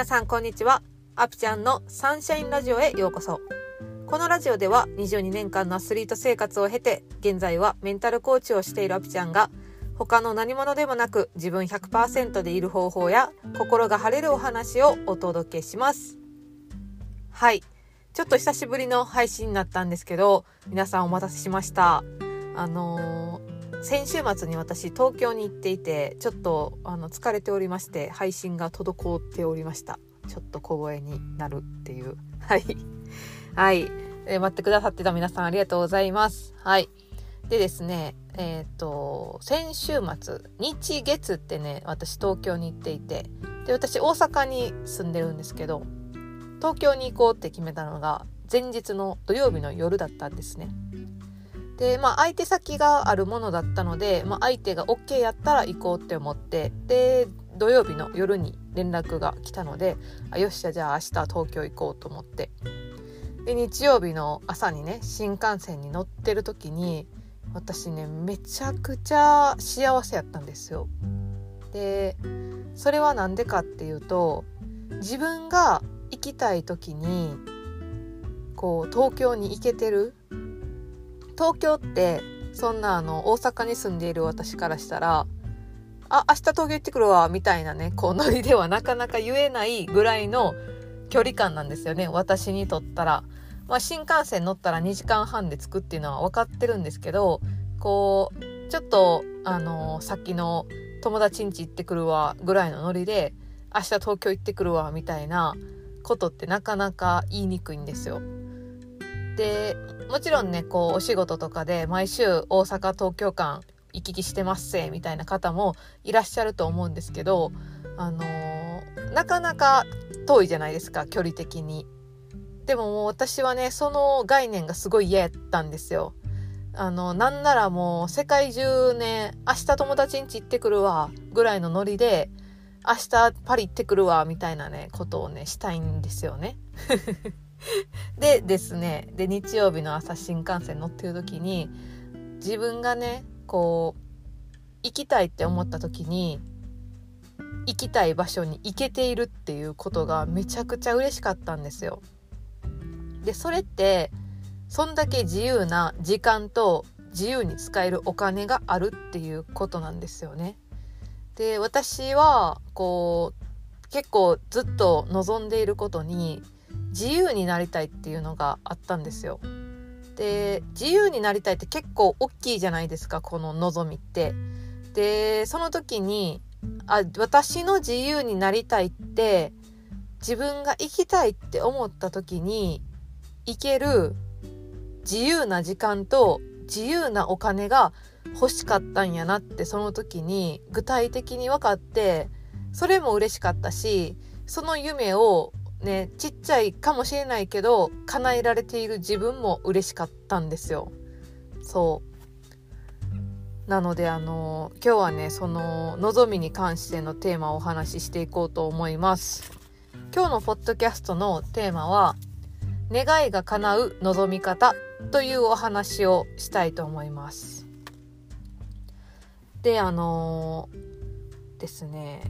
皆さんこんにちは。アピちゃんのサンシャインラジオへようこそ。このラジオでは22年間のアスリート生活を経て、現在はメンタルコーチをしているアピちゃんが、他の何者でもなく自分 100% でいる方法や心が晴れるお話をお届けします。はい、ちょっと久しぶりの配信になったんですけど、皆さんお待たせしました。先週末に私東京に行っていて、ちょっと疲れておりまして、配信が滞っておりました。ちょっと小声になるっていうはい待ってくださってた皆さんありがとうございます。はいでですね、先週末日月ってね、私東京に行っていて、で私大阪に住んでるんですけど、東京に行こうって決めたのが前日の土曜日の夜だったんですね。で相手先があるものだったので、相手が OK やったら行こうって思って、で土曜日の夜に連絡が来たので、よっしゃじゃあ明日東京行こうと思って、で日曜日の朝にね、新幹線に乗ってる時に私ね、めちゃくちゃ幸せやったんですよ。でそれはなんでかっていうと、自分が行きたい時に東京に行けてる。東京ってそんな大阪に住んでいる私からしたら、明日東京行ってくるわみたいなね、ノリではなかなか言えないぐらいの距離感なんですよね、私にとったら。新幹線乗ったら2時間半で着くっていうのは分かってるんですけど、ちょっと先の友達ん家行ってくるわぐらいのノリで、明日東京行ってくるわみたいなことってなかなか言いにくいんですよ。でもちろんね、お仕事とかで毎週大阪東京間行き来してますせみたいな方もいらっしゃると思うんですけど、なかなか遠いじゃないですか、距離的に。でももう私はね、その概念がすごい嫌やったんですよ。なんならもう世界中ね、明日友達ん家行ってくるわぐらいのノリで、明日パリ行ってくるわみたいなねことをねしたいんですよねでですね、日曜日の朝新幹線乗ってる時に、自分がね行きたいって思った時に行きたい場所に行けているっていうことがめちゃくちゃ嬉しかったんですよ。でそれってそんだけ自由な時間と自由に使えるお金があるっていうことなんですよね。で私は結構ずっと望んでいることに、自由になりたいっていうのがあったんですよ。で自由になりたいって結構大きいじゃないですか、この望みって。でその時に私の自由になりたいって、自分が行きたいって思った時に行ける自由な時間と自由なお金が欲しかったんやなって、その時に具体的に分かって、それも嬉しかったし、その夢をね、ちっちゃいかもしれないけど叶えられている自分も嬉しかったんですよ。そうなので今日はね、その望みに関してのテーマをお話ししていこうと思います。今日のポッドキャストのテーマは、願いが叶う望み方というお話をしたいと思います。でですね、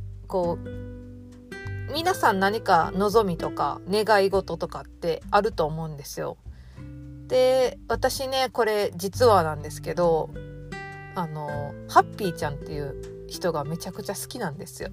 皆さん何か望みとか願い事とかってあると思うんですよ。で私ね、これ実はなんですけど、ハッピーちゃんっていう人がめちゃくちゃ好きなんですよ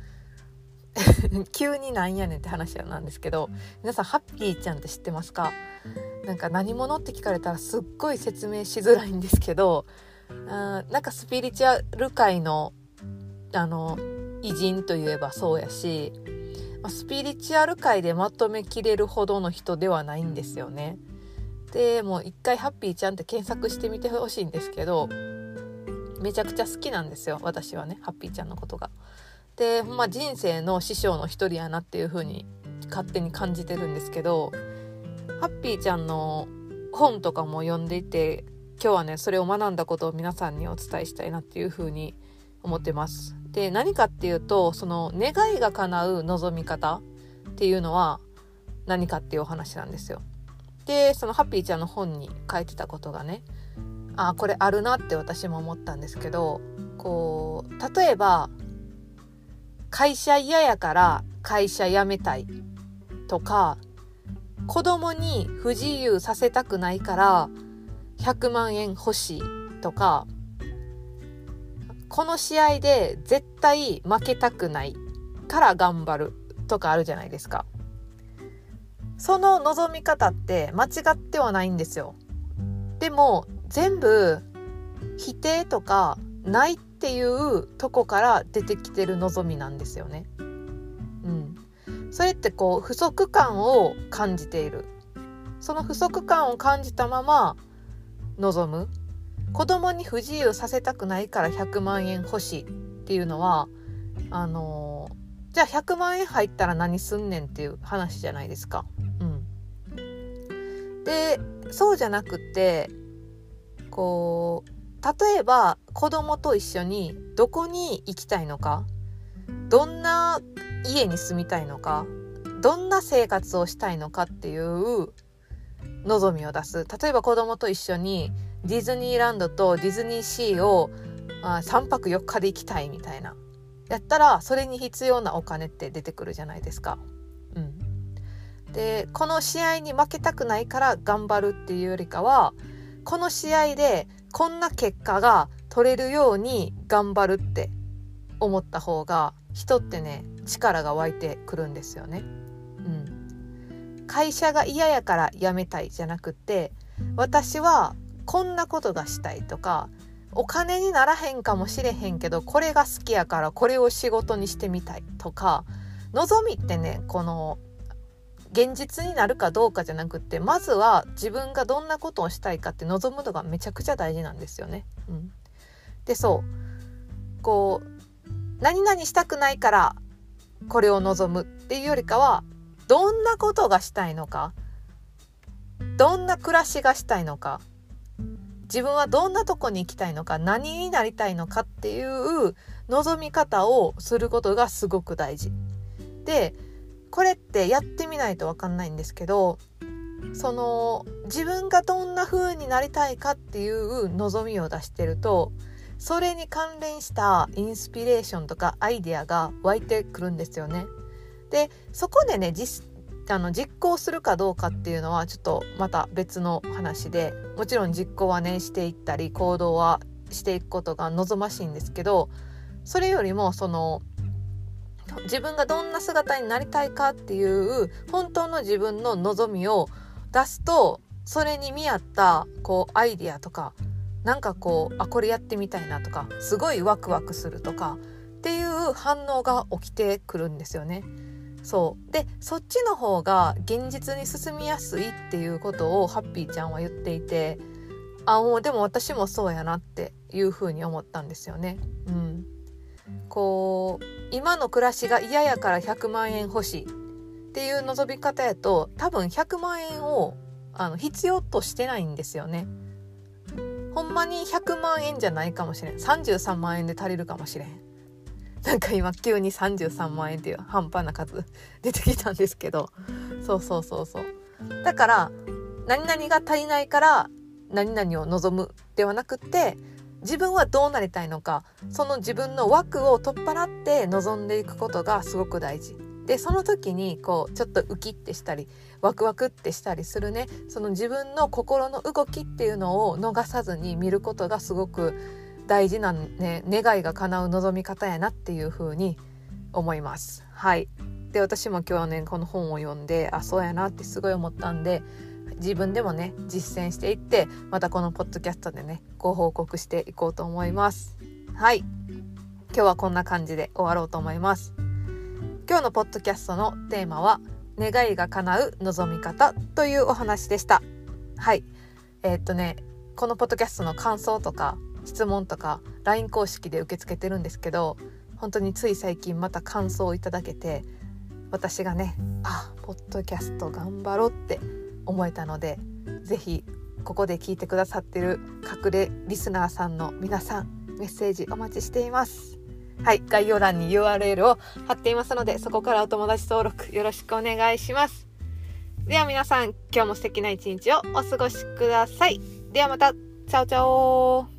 急になんやねんって話なんですけど、皆さんハッピーちゃんって知ってますか？なんか何者って聞かれたらすっごい説明しづらいんですけど、なんかスピリチュアル界の偉人といえばそうやし、スピリチュアル界でまとめきれるほどの人ではないんですよね。でもう一回ハッピーちゃんって検索してみてほしいんですけど、めちゃくちゃ好きなんですよ、私はね、ハッピーちゃんのことが。で人生の師匠の一人やなっていう風に勝手に感じてるんですけど、ハッピーちゃんの本とかも読んでいて、今日はねそれを学んだことを皆さんにお伝えしたいなっていう風に思ってます。で何かっていうと、その願いが叶う望み方っていうのは何かっていうお話なんですよ。でそのハッピーちゃんの本に書いてたことがね、これあるなって私も思ったんですけど、例えば会社嫌やから会社辞めたいとか、子供に不自由させたくないから100万円欲しいとか、この試合で絶対負けたくないから頑張るとかあるじゃないですか。その望み方って間違ってはないんですよ。でも全部否定とかないっていうとこから出てきてる望みなんですよね。それってこう不足感を感じている。その不足感を感じたまま望む。子供に不自由させたくないから100万円欲しいっていうのはじゃあ100万円入ったら何すんねんっていう話じゃないですか。でそうじゃなくってこう例えば子供と一緒にどこに行きたいのか、どんな家に住みたいのか、どんな生活をしたいのかっていう望みを出す。例えば子供と一緒にディズニーランドとディズニーシーを3泊4日で行きたいみたいなやったら、それに必要なお金って出てくるじゃないですか。でこの試合に負けたくないから頑張るっていうよりかは、この試合でこんな結果が取れるように頑張るって思った方が人ってね力が湧いてくるんですよね。会社が嫌やから辞めたいじゃなくて、私はこんなことがしたいとか、お金にならへんかもしれへんけどこれが好きやからこれを仕事にしてみたいとか、望みってねこの現実になるかどうかじゃなくって、まずは自分がどんなことをしたいかって望むのがめちゃくちゃ大事なんですよね。でこう何々したくないからこれを望むっていうよりかは、どんなことがしたいのか、どんな暮らしがしたいのか、自分はどんなとこに行きたいのか、何になりたいのかっていう望み方をすることがすごく大事で、これってやってみないと分かんないんですけど、その自分がどんな風になりたいかっていう望みを出してると、それに関連したインスピレーションとかアイデアが湧いてくるんですよね。でそこでね実行するかどうかっていうのはちょっとまた別の話で、もちろん実行はねしていったり行動はしていくことが望ましいんですけど、それよりもその自分がどんな姿になりたいかっていう本当の自分の望みを出すと、それに見合ったこうアイディアとか、なんかこうこれやってみたいなとか、すごいワクワクするとかっていう反応が起きてくるんですよね。でそっちの方が現実に進みやすいっていうことをハッピーちゃんは言っていて、もうでも私もそうやなっていうふうに思ったんですよね。こう今の暮らしが嫌やから100万円欲しいっていう望み方やと、多分100万円を必要としてないんですよね。ほんまに100万円じゃないかもしれん。33万円で足りるかもしれん。なんか今急に33万円っていう半端な数出てきたんですけど、そうだから何々が足りないから何々を望むではなくって、自分はどうなりたいのか、その自分の枠を取っ払って望んでいくことがすごく大事で、その時にこうちょっとウキってしたりワクワクってしたりするね、その自分の心の動きっていうのを逃さずに見ることがすごく大事なね、願いが叶う望み方やなっていう風に思います。で私も今日はねこの本を読んでそうやなってすごい思ったんで、自分でもね実践していって、またこのポッドキャストでねご報告していこうと思います。今日はこんな感じで終わろうと思います。今日のポッドキャストのテーマは願いが叶う望み方というお話でした。このポッドキャストの感想とか質問とか LINE 公式で受け付けてるんですけど、本当につい最近また感想をいただけて、私がねポッドキャスト頑張ろうって思えたので、ぜひここで聞いてくださってる隠れリスナーさんの皆さん、メッセージお待ちしています。概要欄に URL を貼っていますので、そこからお友達登録よろしくお願いします。では皆さん、今日も素敵な一日をお過ごしください。ではまた、チャオチャオ。